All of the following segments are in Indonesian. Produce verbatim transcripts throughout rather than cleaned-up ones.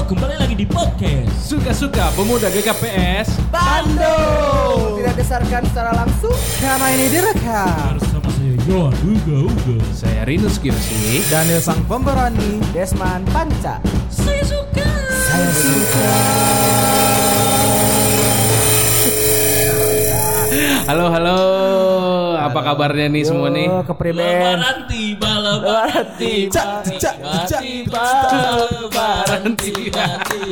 kembali lagi di podcast Suka-suka Pemuda G K P S Bandung. Tidak disarkan secara langsung karena ini direkam. bersama saya Yohan Uga Uga. Saya Rinus Kirsi. Daniel sang pemberani, Desman Panca. Saya suka. Saya suka. Halo halo, apa kabarnya nih semua nih? Oh, kepriben. Lebaran tiba, lebaran tiba, Cak, cak, cak, tiba, Lebaran tiba.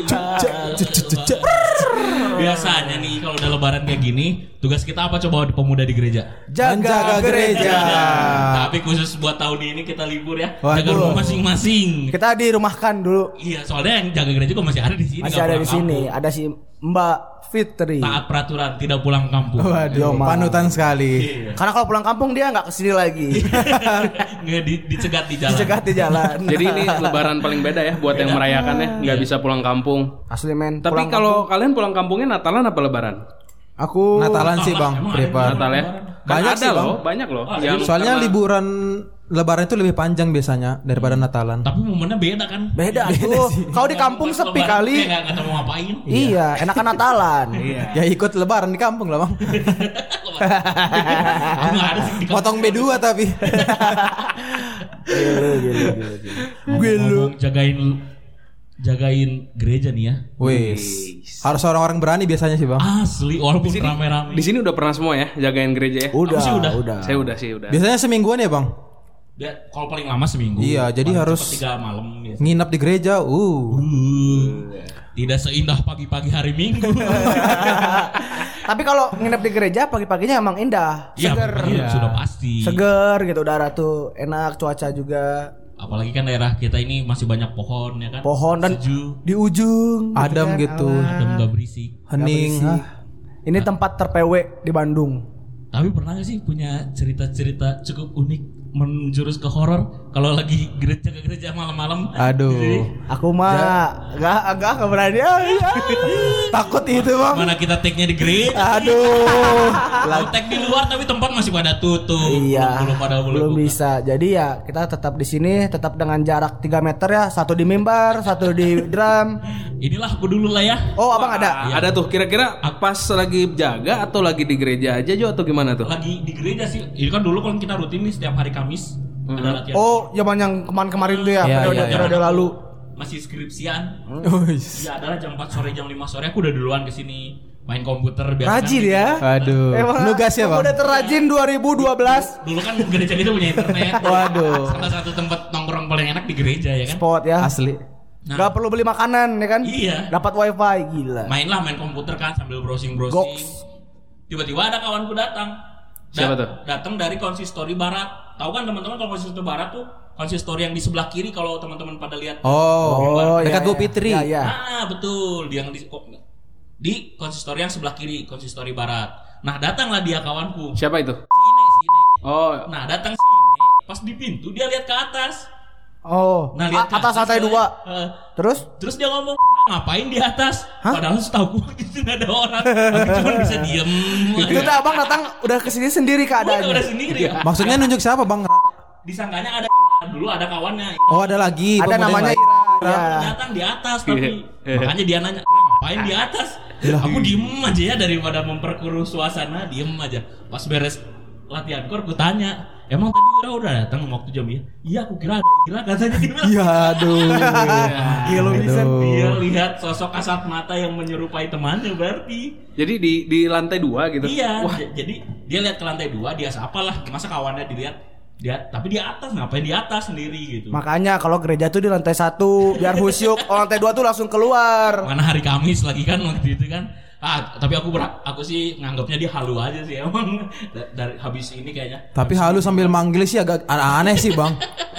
Biasanya nih kalau udah lebaran kayak gini, tugas kita apa coba pemuda di gereja? Jaga gereja. Tapi khusus buat tahun ini kita libur ya. Waduh. Jaga rumah masing-masing. Kita dirumahkan dulu. Iya, soalnya yang jaga gereja kok masih ada di sini. Masih nggak ada pulang di sini. kampung. Ada si Mbak Fitri. Taat peraturan, tidak pulang kampung. Waduh, panutan sekali. Iya. Karena kalau pulang kampung dia nggak kesini lagi. Nggak di, dicegat di jalan. Dicegat di jalan. Jadi ini lebaran paling beda ya buat yang merayakannya, nggak bisa pulang kampung. Asli men. Tapi pulang kalau kalian pulang kampungnya Natalan apa Lebaran? kampung, aku Natalan sih Ah, bang, emang ada prepare. Natal ya. Kan Banyak ada sih, Bang. loh, banyak loh. Ah, yang Soalnya karena- liburan Lebaran itu lebih panjang biasanya daripada Natalan. Tapi momennya beda kan? beda tuh. Kau di kampung Pas sepi lebaran kali. Kayak nggak nggak tahu mau ngapain. Iya, enakan Natalan. Iya. Ya ikut Lebaran di kampung lah bang. Aku nggak ada sih di kampung. Potong B dua tapi. Gila, gila, gila, gila. Ngomong jagain jagain gereja nih ya. Wis. Harus orang-orang berani biasanya sih bang. Asli walaupun rame-rame. di sini udah pernah semua ya jagain gereja ya. Udah, Aku sih udah. udah. Saya udah sih udah. Biasanya semingguan ya bang. Dia kalau paling lama seminggu. Iya, jadi Paling harus- cepet tiga malam biasa. Nginap di gereja. Uh. Uh, tidak seindah pagi-pagi hari Minggu. Tapi kalau nginep di gereja pagi-paginya emang indah. Iya, Seger. pagi-pagi sudah pasti. Seger gitu udara tuh, enak, cuaca juga. Apalagi kan daerah kita ini masih banyak pohon ya kan. Pohon dan Sejuk, di ujung Adem kan, gitu. alah, adem nggak berisik. Hening. berisik. Ah. Ini tempat ter-P W di Bandung. Tapi pernah gak sih punya cerita-cerita cukup unik menjurus ke horor kalau lagi gereja ke gereja malam-malam? Aduh. Jadi, Aku mah enggak enggak enggak berani. Ah, iya. Takut itu, Bang. mana kita take-nya di gereja? Aduh. Mau take di luar tapi tempat masih pada tutup. Iya. Belum, belum pada boleh belum buka. bisa. Jadi ya kita tetap di sini, tetap dengan jarak tiga meter ya, satu di mimbar, satu di drum. Inilah aku dulu lah ya. Oh, Abang ada. Ada tuh kira-kira pas lagi jaga atau lagi di gereja aja Jo atau gimana tuh? Lagi di gereja sih. Ini kan dulu kan kita rutin nih setiap hari Kamis ada latihan. Oh, zaman yang kemarin-kemarin tuh ya, Iya, periode iya, iya. periode lalu. Masih skripsian. Wis. Ya adalah jam empat sore jam lima sore aku udah duluan ke sini main komputer biasa. Rajin kan, ya. Aduh. Nugas ya bang. Udah terrajin dua ribu dua belas. Dulu kan gereja kita punya internet. Waduh. Salah satu tempat nongkrong paling enak di gereja ya kan. Spot ya. Asli. Nah, Gak perlu beli makanan ya kan? Iya. Dapat wifi, gila. mainlah main komputer kan sambil browsing browsing. Goks. Tiba-tiba ada kawanku datang. Siapa tuh? Datang dari konsistori barat. Tahu kan teman-teman kalau konsistori barat tuh konsistori yang di sebelah kiri kalau teman-teman pada lihat. Oh. iya, Dekat Bu iya. Fitri. Ya, ya. Ah betul, dia yang di di konsistori yang sebelah kiri, konsistori barat. Nah datanglah dia kawanku. Siapa itu? Si Ine, si Ine. Oh, Nah datang si Ine, pas di pintu dia lihat ke atas. Oh, Nah lihat A- atas lantai dia- dua. eh, Terus? terus dia ngomong, ngapain di atas? Padahal setahu gue di sini ada orang. Aku cuma bisa diem. Itu tuh abang datang udah kesini sendiri Gue udah keadaannya. sendiri. Maksudnya nunjuk siapa bang? Disangkanya ada Ira. Dulu ada kawannya. Ira. Oh ada lagi. Ada pemuda namanya yang lain. Ira. Ya. Datang di atas tapi makanya dia nanya ngapain di atas. Aku diem aja ya daripada memperkeruh suasana, diem aja. Pas beres latihan kor, aku tanya, emang tadi Ira udah datang waktu jam ya? Iya, aku kira ada Ira katanya dia. Iya aduh. Gila bisa. Dia lihat sosok kasat mata yang menyerupai temannya berarti. jadi di di lantai dua gitu. Iya, Wah, j- jadi dia lihat ke lantai dua, dia sapalah, masa kawannya dilihat dia, tapi di atas ngapain di atas sendiri gitu. Makanya kalau gereja tuh di lantai satu biar husyuk. Oh, lantai dua tuh langsung keluar. Mana hari Kamis lagi kan waktu itu kan. Ah, tapi aku ber- aku sih nganggapnya dia halu aja sih emang Da- dari habis ini kayaknya. Tapi halus sambil manggil sih agak aneh sih bang.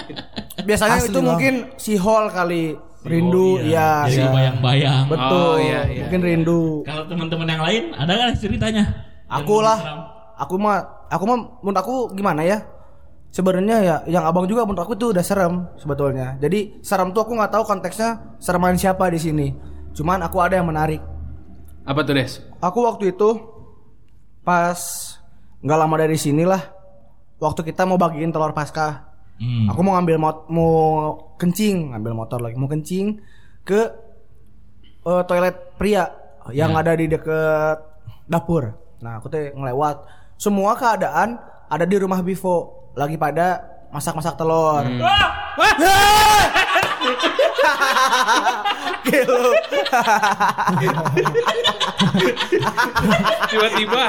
Biasanya Asli, itu Bang. mungkin si Hall kali rindu Oh, iya. ya. Jadi si- bayang-bayang. Betul. Oh, iya, iya. Mungkin rindu. Kalau teman-teman yang lain ada kan ceritanya? Aku Yang lah. seram? Aku mah aku mah menurut aku gimana ya? Sebenarnya ya yang abang juga menurut aku tuh udah serem sebetulnya. Jadi serem tuh aku nggak tahu konteksnya sereman siapa di sini. Cuman aku ada yang menarik. apa tuh Des? Aku waktu itu pas nggak lama dari sini lah, waktu kita mau bagiin telur Paskah, Hmm. aku mau ngambil mot mau kencing, ngambil motor lagi mau kencing ke uh, toilet pria yang Ya. ada di deket dapur. Nah, aku teh ngelewat. Semua keadaan ada di rumah Bivo lagi pada masak-masak telur. Hmm. Gitu. Tiba-tiba.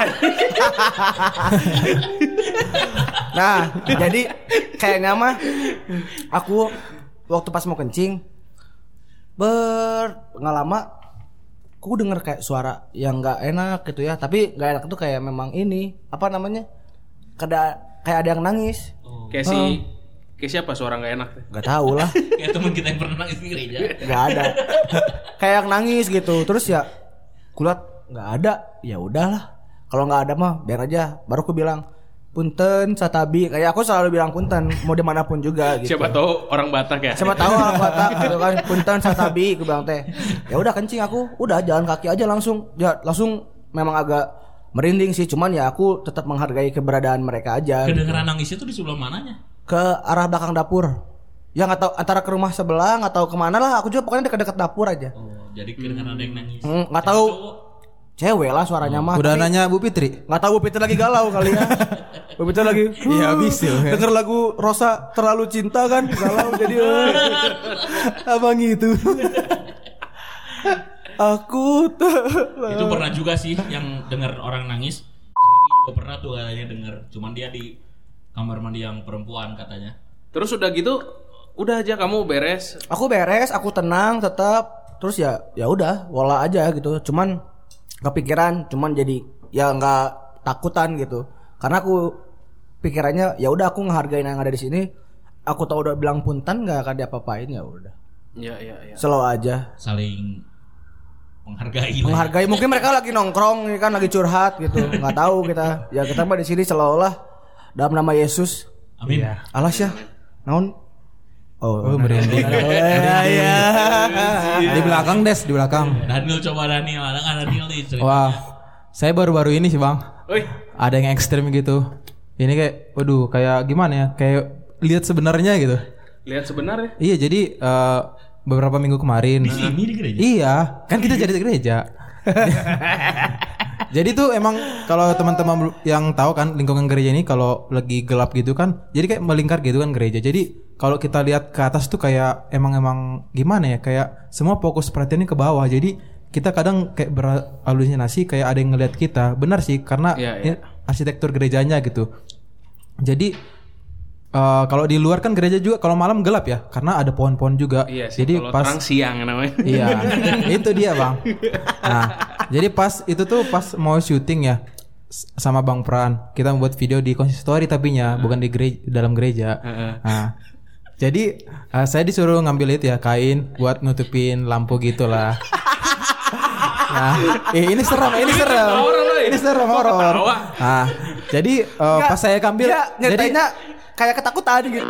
Nah, jadi kayaknya mah aku waktu pas mau kencing ber nggak lama aku denger kayak suara yang nggak enak gitu ya, tapi nggak enak itu kayak memang ini apa namanya kada kayak ada yang nangis. Kayak si kayak siapa suara nggak enak? Nggak tahu lah. Kayak teman kita yang pernah nangis di gereja. Nggak ada. Kayak yang nangis gitu. Terus ya kulihat nggak ada. Ya udahlah. Kalau nggak ada mah biar aja. Baru aku bilang punten satabi. Kayak aku selalu bilang punten mau dimanapun juga gitu. Siapa tahu orang Batak ya? Siapa tahu orang Batak gitu kan punten satabi aku bilang teh. Ya udah kencing aku. Udah jalan kaki aja langsung. Ya langsung memang agak merinding sih, cuman ya aku tetap menghargai keberadaan mereka aja. Kedengeran nangisnya tuh di sebelah mananya? Ke arah belakang dapur. Ya nggak tahu antara ke rumah sebelah nggak tahu kemana lah. Aku juga pokoknya dekat-dekat dapur aja. Oh, jadi kedengeran ada yang nangis. Hmm, nggak tahu. Cewek lah suaranya mah. Udah tapi nanya Bu Fitri. nggak tahu Bu Peter lagi galau kali ya. Bu Peter lagi. Iya, habis ya. Denger lagu Rosa terlalu cinta kan galau jadi. eh. Abang itu. Aku Itu pernah juga sih yang dengar orang nangis. Jerry juga pernah tuh katanya denger. Cuman dia di kamar mandi yang perempuan katanya. Terus udah gitu, udah aja kamu beres. Aku beres, aku tenang tetap. Terus ya ya udah, wala aja gitu. Cuman kepikiran, cuman jadi ya nggak takutan gitu. Karena aku pikirannya ya udah aku ngehargain yang ada di sini. Aku tau udah bilang punten nggak akan diapa-apain ya udah. Iya iya iya. Slow aja. Saling menghargai. Menghargai mungkin mereka lagi nongkrong kan lagi curhat gitu. Nggak tahu kita. Ya kita mah di sini slow lah. Dalam nama Yesus. Amin. Alas ya. Naon? Oh, Oh, merinding. Iya, iya. Di belakang Des, di belakang. Daniel coba Daniel, ada kan Daniel nih ceritanya. Wah, saya baru-baru ini sih Bang. Oi, Ada yang ekstrim gitu. Ini kayak, waduh, kayak gimana ya? Kayak lihat sebenarnya gitu. lihat sebenarnya. Iya, jadi eh, beberapa minggu kemarin. Di sini di gereja. Iya, kan kita jadi di gereja. Jadi tuh emang kalau teman-teman yang tahu kan lingkungan gereja ini kalau lagi gelap gitu kan, jadi kayak melingkar gitu kan gereja. Jadi kalau kita lihat ke atas tuh kayak emang-emang gimana ya? Kayak semua fokus perhatiannya ke bawah. Jadi kita kadang kayak berhalusinasi kayak ada yang ngelihat kita. Benar sih karena Iya, iya. ini arsitektur gerejanya gitu. Jadi uh, kalau di luar kan gereja juga kalau malam gelap ya karena ada pohon-pohon juga. Iya sih, Jadi kalau pas terang siang namanya. Iya, itu dia Bang. Nah, jadi pas itu tuh pas mau syuting ya s- sama Bang Pran, kita membuat video di konsistori tapinya bukan di gereja, dalam gereja. Heeh. Nah, jadi uh, saya disuruh ngambil itu ya kain buat nutupin lampu gitulah. Nah, eh, ini serem, ini serem, ini serem horor. Nah, jadi uh, pas saya ambil, Ya, jadi nyatanya kayak ketakutan gitu.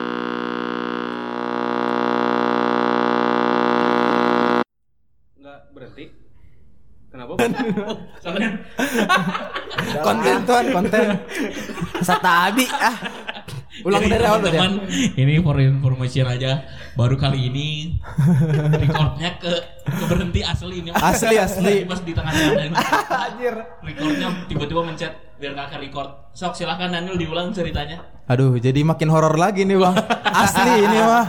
Enggak berhenti. Kenapa? Soalnya konten tuan konten. Satabi ah. Ulang jadi dari awal tuh ya. teman-teman, ini for information aja. Baru kali ini recordnya ke ke berhenti asli ini. Asli, asli. Pas di tengah-tengah ini. Anjir. Recordnya tiba-tiba mencet biar kakak record. Sok silakan Daniel diulang ceritanya. Aduh, jadi makin horor lagi nih Bang. Asli ini mah.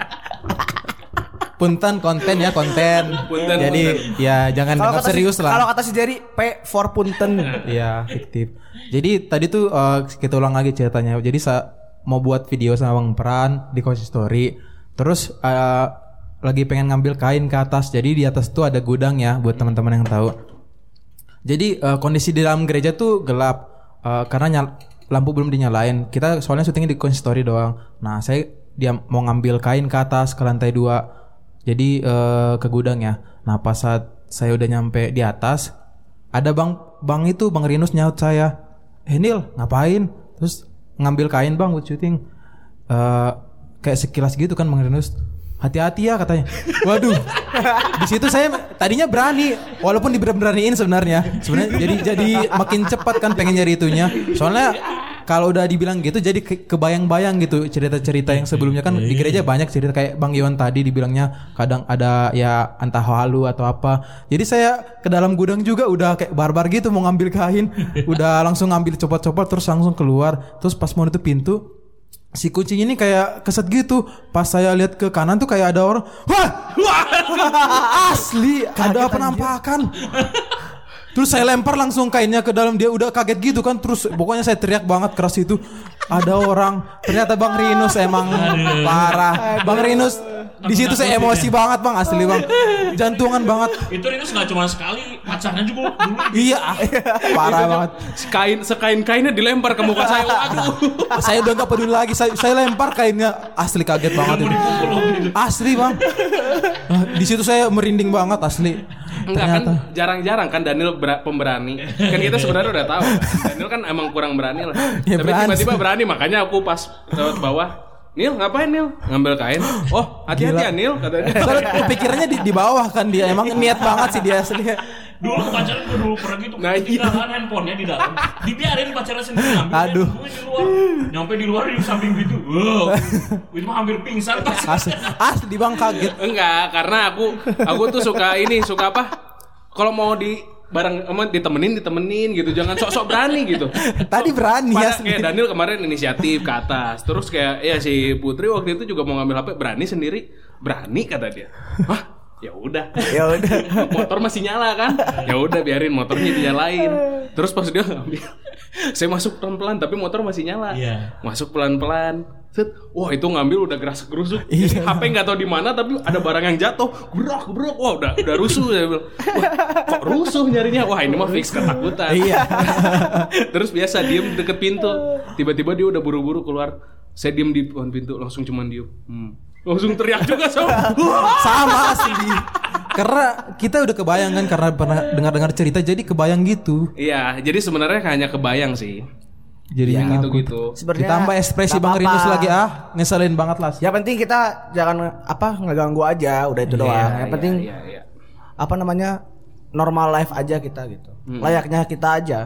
Punten konten ya konten. Punten, jadi punten. ya jangan Kalau dianggap kata serius si, lah. Kalau kata si Jerry P for punten. Iya, fiktif. Jadi tadi tuh uh, kita ulang lagi ceritanya. Jadi sa mau buat video sama Bang Pran di konsistori. Terus uh, lagi pengen ngambil kain ke atas. Jadi di atas tuh ada gudang ya buat teman-teman yang tahu. Jadi uh, kondisi di dalam gereja tuh gelap uh, karena nyal- lampu belum dinyalain. Kita soalnya syutingnya di konsistori doang. Nah, saya dia mau ngambil kain ke atas ke lantai dua. Jadi uh, ke gudang ya. Nah, pas saat saya udah nyampe di atas, ada bang bang itu bang Rinus nyaut saya, "Eh Nil, ngapain?" Terus ngambil kain bang buat syuting. Uh, kayak sekilas gitu kan bang Rinus. Hati-hati ya katanya. Waduh. Di situ saya tadinya berani, walaupun diberaniin sebenarnya. Sebenarnya jadi jadi makin cepat kan pengen nyari itunya. Soalnya kalau udah dibilang gitu jadi ke- kebayang-bayang gitu cerita-cerita yang sebelumnya kan di gereja banyak cerita kayak Bang Iwan tadi dibilangnya kadang ada ya entah halu atau apa. Jadi saya ke dalam gudang juga udah kayak barbar gitu mau ngambil kain, udah langsung ngambil copot-copot terus langsung keluar. Terus pas mau nutup pintu si kucing ini kayak keset gitu. Pas saya lihat ke kanan tuh kayak ada orang. Wah! Asli ada penampakan. Terus saya lempar langsung kainnya ke dalam, dia udah kaget gitu kan. Terus pokoknya saya teriak banget keras itu. Ada orang. Ternyata Bang Rinus emang parah. Bang Rinus di situ saya emosi banget Bang, asli Bang. Jantungan banget. Itu Rinus nggak cuma sekali, pacarnya juga dulu. Iya, parah banget. Kain sekain-kainnya dilempar ke muka saya. Waduh. Saya udah gak peduli lagi. Saya, saya lempar kainnya. Asli kaget banget itu. Asli Bang. Di situ saya merinding banget asli. Enggak kan jarang-jarang kan Daniel ber- pemberani. Kan kita sebenarnya udah tahu. Daniel kan emang kurang berani lah. Ya, Tapi berani. tiba-tiba berani, makanya aku pas lewat bawah, Nil ngapain Nil? Ngambil kain. Oh hati-hati ya Nil katanya. Soalnya pikirannya di, di bawah kan dia. Emang niat banget sih dia asli. Dulu pacaran gue dulu pernah gitu, Nah, iya. ketinggalan handphonenya di dalam, dibiarin pacarnya sendiri ngambil. Aduh. handphonenya di luar, nyampe di luar di samping pintu, wow, itu mah hampir pingsan pas. Asli, asli Bang kaget. Enggak, karena aku aku tuh suka ini, suka apa? Kalau mau di bareng sama ditemenin ditemenin gitu, jangan sok-sok berani gitu. Tadi berani ya. Pada kayak Daniel kemarin inisiatif ke atas, terus kayak ya si Putri waktu itu juga mau ngambil H P, berani sendiri, berani kata dia. Hah? Ya udah, Ya udah. motor masih nyala kan, ya udah biarin motornya dinyalain. Terus pas dia ngambil, saya masuk pelan-pelan tapi motor masih nyala. Iya. Masuk pelan-pelan, set, wah itu ngambil udah gerasa gerusuk. Iya. H P nggak tahu di mana tapi ada barang yang jatuh, gerak gerak, wah udah udah rusuh. Saya bilang, wah kok rusuh nyarinya, wah ini mah fix ketakutan. Iya. Terus biasa diem deket pintu, tiba-tiba dia udah buru-buru keluar. Saya diem di depan pintu, langsung cuman diem. Hmm. Langsung teriak juga sama. Sama asli. Karena kita udah kebayang kan karena pernah dengar-dengar cerita jadi kebayang gitu. Iya, jadi sebenarnya hanya kebayang sih. Jadi Yang takut. gitu-gitu. Sebenarnya Ditambah ekspresi nggak Bang apa-apa. Rinus lagi ah, ngeselin banget lah. Ya penting kita jangan apa ngeganggu aja, udah itu doang. Yang Iya, penting iya, iya. apa namanya normal life aja kita gitu. Hmm. Layaknya kita aja.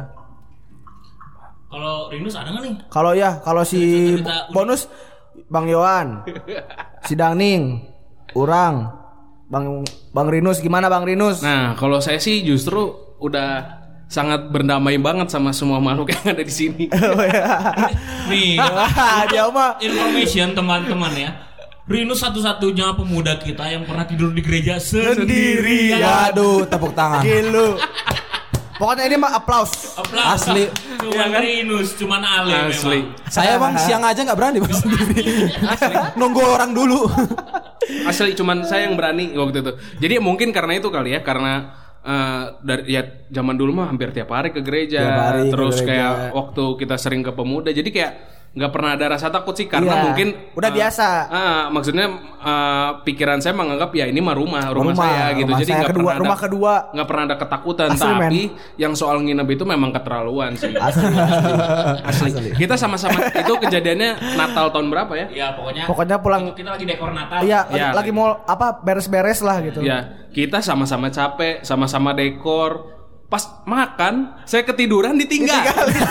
Kalau Rinus ada nggak nih? Kalau ya kalau si Cerita-cerita unik. bonus Bang Yohan, si Dangning, Urang, Bang Bang Rinus gimana Bang Rinus? Nah, kalau saya sih justru udah sangat berdamai banget sama semua makhluk yang ada di sini. Nih, Dia mah information teman-teman ya. Rinus satu-satunya pemuda kita yang pernah tidur di gereja sendiri. Aduh, tepuk tangan. gilu. Pokoknya ini mah applause. Aplaus. Asli. Cuman Rinus, cuman Ale Asli. memang. Saya Bang siang aja nggak berani Bang sendiri. Nunggu orang dulu. Asli cuman saya yang berani waktu itu. Jadi mungkin karena itu kali ya, karena eh, dari ya zaman dulu mah hampir tiap hari ke gereja, Tiap hari ke terus gereja. kayak waktu kita sering ke pemuda, jadi kayak nggak pernah ada rasa takut sih karena Iya, mungkin udah eh, biasa. ah, maksudnya eh, pikiran saya menganggap ya ini mah rumah rumah, Rumah, saya gitu, rumah jadi saya nggak kedua, pernah ada rumah kedua. nggak pernah ada ketakutan. Asli, Tapi yang soal nginep itu memang keterlaluan sih. Asli. Asli. Kita sama-sama itu kejadiannya Natal tahun berapa ya? Ya pokoknya Pokoknya pulang- kita lagi dekor Natal. Iya, Ya, lagi mau apa beres-beres lah gitu. Ya, kita sama-sama capek, sama-sama dekor. Pas makan, saya ketiduran ditinggal.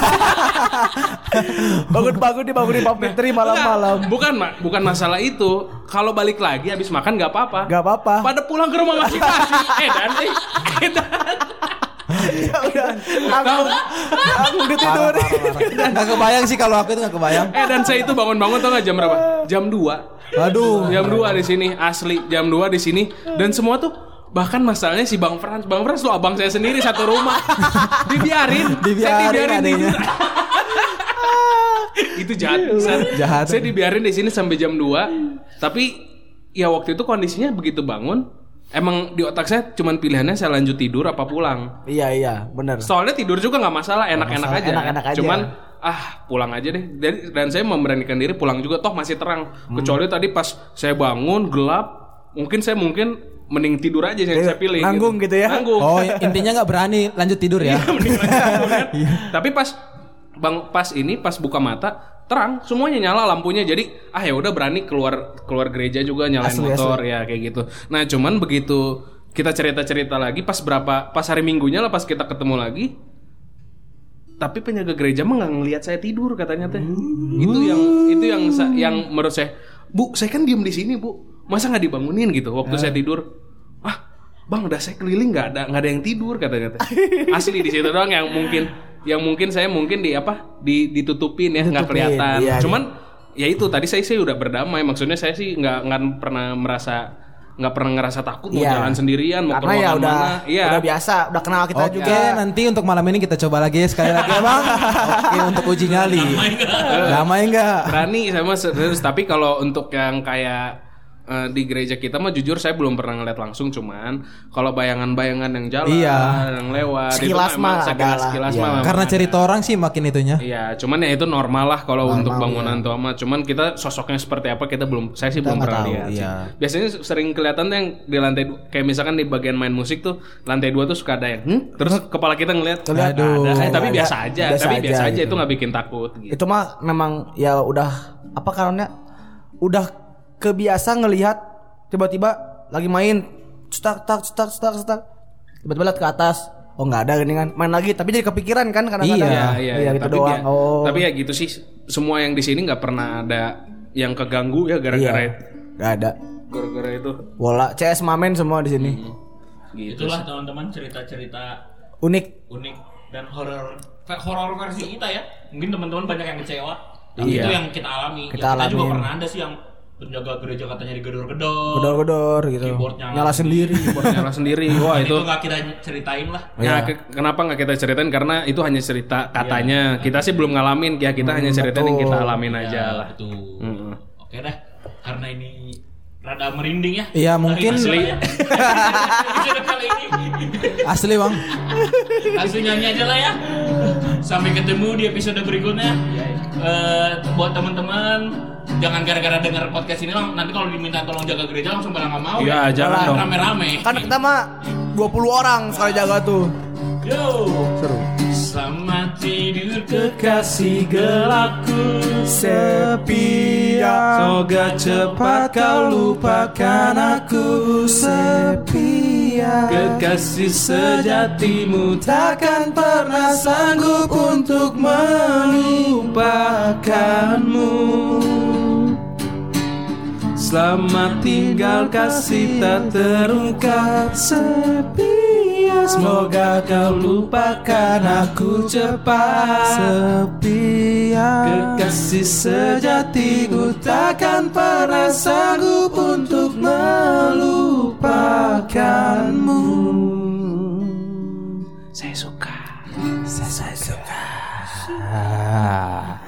Bangun-bangun dibangunin Pak Fitri malam-malam. Enggak, bukan, Mak. Bukan masalah itu. Kalau balik lagi habis makan nggak apa-apa. Gak apa-apa. Pada pulang ke rumah masing-masing. eh dan eh, eh, dan. Ya udah, aku aku ditidurin. Nggak kebayang sih kalau aku itu nggak kebayang. Eh dan saya itu bangun-bangun tau nggak jam berapa? Jam dua. Aduh. Jam dua di sini, asli jam dua di sini. Dan semua tuh bahkan masalahnya si Bang Frans, Bang Frans tuh abang saya sendiri satu rumah. Dibiarin, saya Dibiarin dibiarin adanya. tidur. Itu jahat, San. Jahat. Saya dibiarin di sini sampai jam dua. Tapi ya waktu itu kondisinya begitu bangun, emang di otak saya cuman pilihannya saya lanjut tidur apa pulang. Iya iya, benar. Soalnya tidur juga nggak masalah, enak-enak masalah, aja. enak-enak aja. Cuman ah pulang aja deh. Dan, dan saya memberanikan diri pulang juga, toh masih terang. Hmm. Kecuali tadi pas saya bangun gelap, mungkin saya mungkin mending tidur aja yang Eh, saya pilih. nanggung gitu ya? Nanggung. Oh, intinya nggak berani lanjut tidur ya. Mending lanjut tidur kan. Tapi pas bang pas ini pas buka mata terang semuanya nyala lampunya, jadi ah ya udah berani keluar keluar gereja juga nyalain Asli, motor ya kayak gitu. Nah cuman begitu kita cerita cerita lagi pas berapa pas hari minggunya lah pas kita ketemu lagi tapi penjaga gereja mah nggak ngelihat saya tidur katanya teh. Itu yang itu yang sa- yang menurut saya, Bu, saya kan diem di sini, Bu. Masa nggak dibangunin gitu waktu saya tidur? Ah, Bang, udah saya keliling nggak ada nggak ada yang tidur katanya teh. Asli di situ doang yang mungkin yang mungkin saya mungkin di apa di ditutupin ya nggak kelihatan. Iya, Cuman ya itu tadi saya sih udah berdamai. Maksudnya saya sih nggak nggak pernah merasa nggak pernah ngerasa takut mau Iya. jalan sendirian mau Karena ya keluar udah mana. Iya. udah biasa, udah kenal kita Oke, juga. nanti untuk malam ini kita coba lagi sekali lagi ya Bang. Oke, untuk uji nyali. Damai enggak? Berani sama serius. Tapi kalau untuk yang kayak eh, di gereja kita mah jujur saya belum pernah ngeliat langsung, cuman kalau bayangan-bayangan yang jalan, Iya. yang lewat, Sekilas itu memang mah sekilas, ada sekilas lah. mah Iya. memang Karena ada. cerita orang sih makin itunya. Iya, cuman ya itu normal lah kalau Normal, untuk bangunan iya. tua mah. Cuman kita sosoknya seperti apa kita belum, saya sih Kita belum nggak pernah tahu, lihat. sih. iya. Biasanya sering kelihatan tuh yang di lantai du- kayak misalkan di bagian main musik tuh lantai dua tuh suka ada yang, hmm? terus kepala kita ngeliat, Ngeliat, "Nggak ada." aduh. Eh, tapi Nggak biasa ada. aja, Biasa tapi aja biasa aja gitu. itu nggak bikin takut. Gitu. Itu mah memang ya udah apa karena udah kebiasa ngelihat tiba-tiba lagi main cetak tak cetak cetak cetak tiba-tiba lihat ke atas, oh nggak ada gini kan, main lagi tapi jadi kepikiran kan kadang-kadang. Iya, iya, iya, iya. gitu Tapi doang. dia- Oh. Tapi ya gitu sih. Semua yang di sini nggak pernah ada yang keganggu ya gara-gara Iya. Nggak ada. gara-gara itu. Bola C S Mamen semua di sini. Gitu. Itulah teman-teman cerita-cerita Unik. unik dan horor horor versi kita ya. Mungkin teman-teman banyak yang kecewa. Tapi Iya. itu yang kita alami. Kita ya, kita juga alamin. pernah ada sih yang penjaga gereja katanya digedor-gedor. Gedor-gedor gitu. Keyboard nyala Nyala sendiri. Keyboard nyala sendiri. Wah Dan itu. itu nggak kita ceritain lah. Nah, ke- kenapa nggak kita ceritain? Karena itu hanya cerita katanya. Kita sih belum ngalamin ya. Kita hanya ceritain yang kita alamin aja Ya, lah. betul. Mm-mm. Oke dah. Karena ini rada merinding ya. Iya, mungkin- Asli. Episode kali ini. Asli Bang. Langsung nyanyi aja lah ya. Sampai ketemu di episode berikutnya. Eh, buat teman-teman, jangan gara-gara dengar podcast ini lang- nanti kalau diminta tolong jaga gereja langsung pada nggak mau. Iya, jangan dong. Rame-rame. Kan kita mah dua puluh orang sekali jaga tuh. Yo. Seru. Selamat tidur kekasih gelapku. Sepia. Semoga cepat kau lupakan aku. Sepia. Kekasih sejatimu Takkan pernah sanggup untuk melupakanmu. Selamat tinggal kasih tak terungkap. Sepia. Semoga kau lupakan aku cepat. Sepia. Kekasih sejatiku takkan pernah sanggup untuk melupakanmu. saya suka. Saya suka.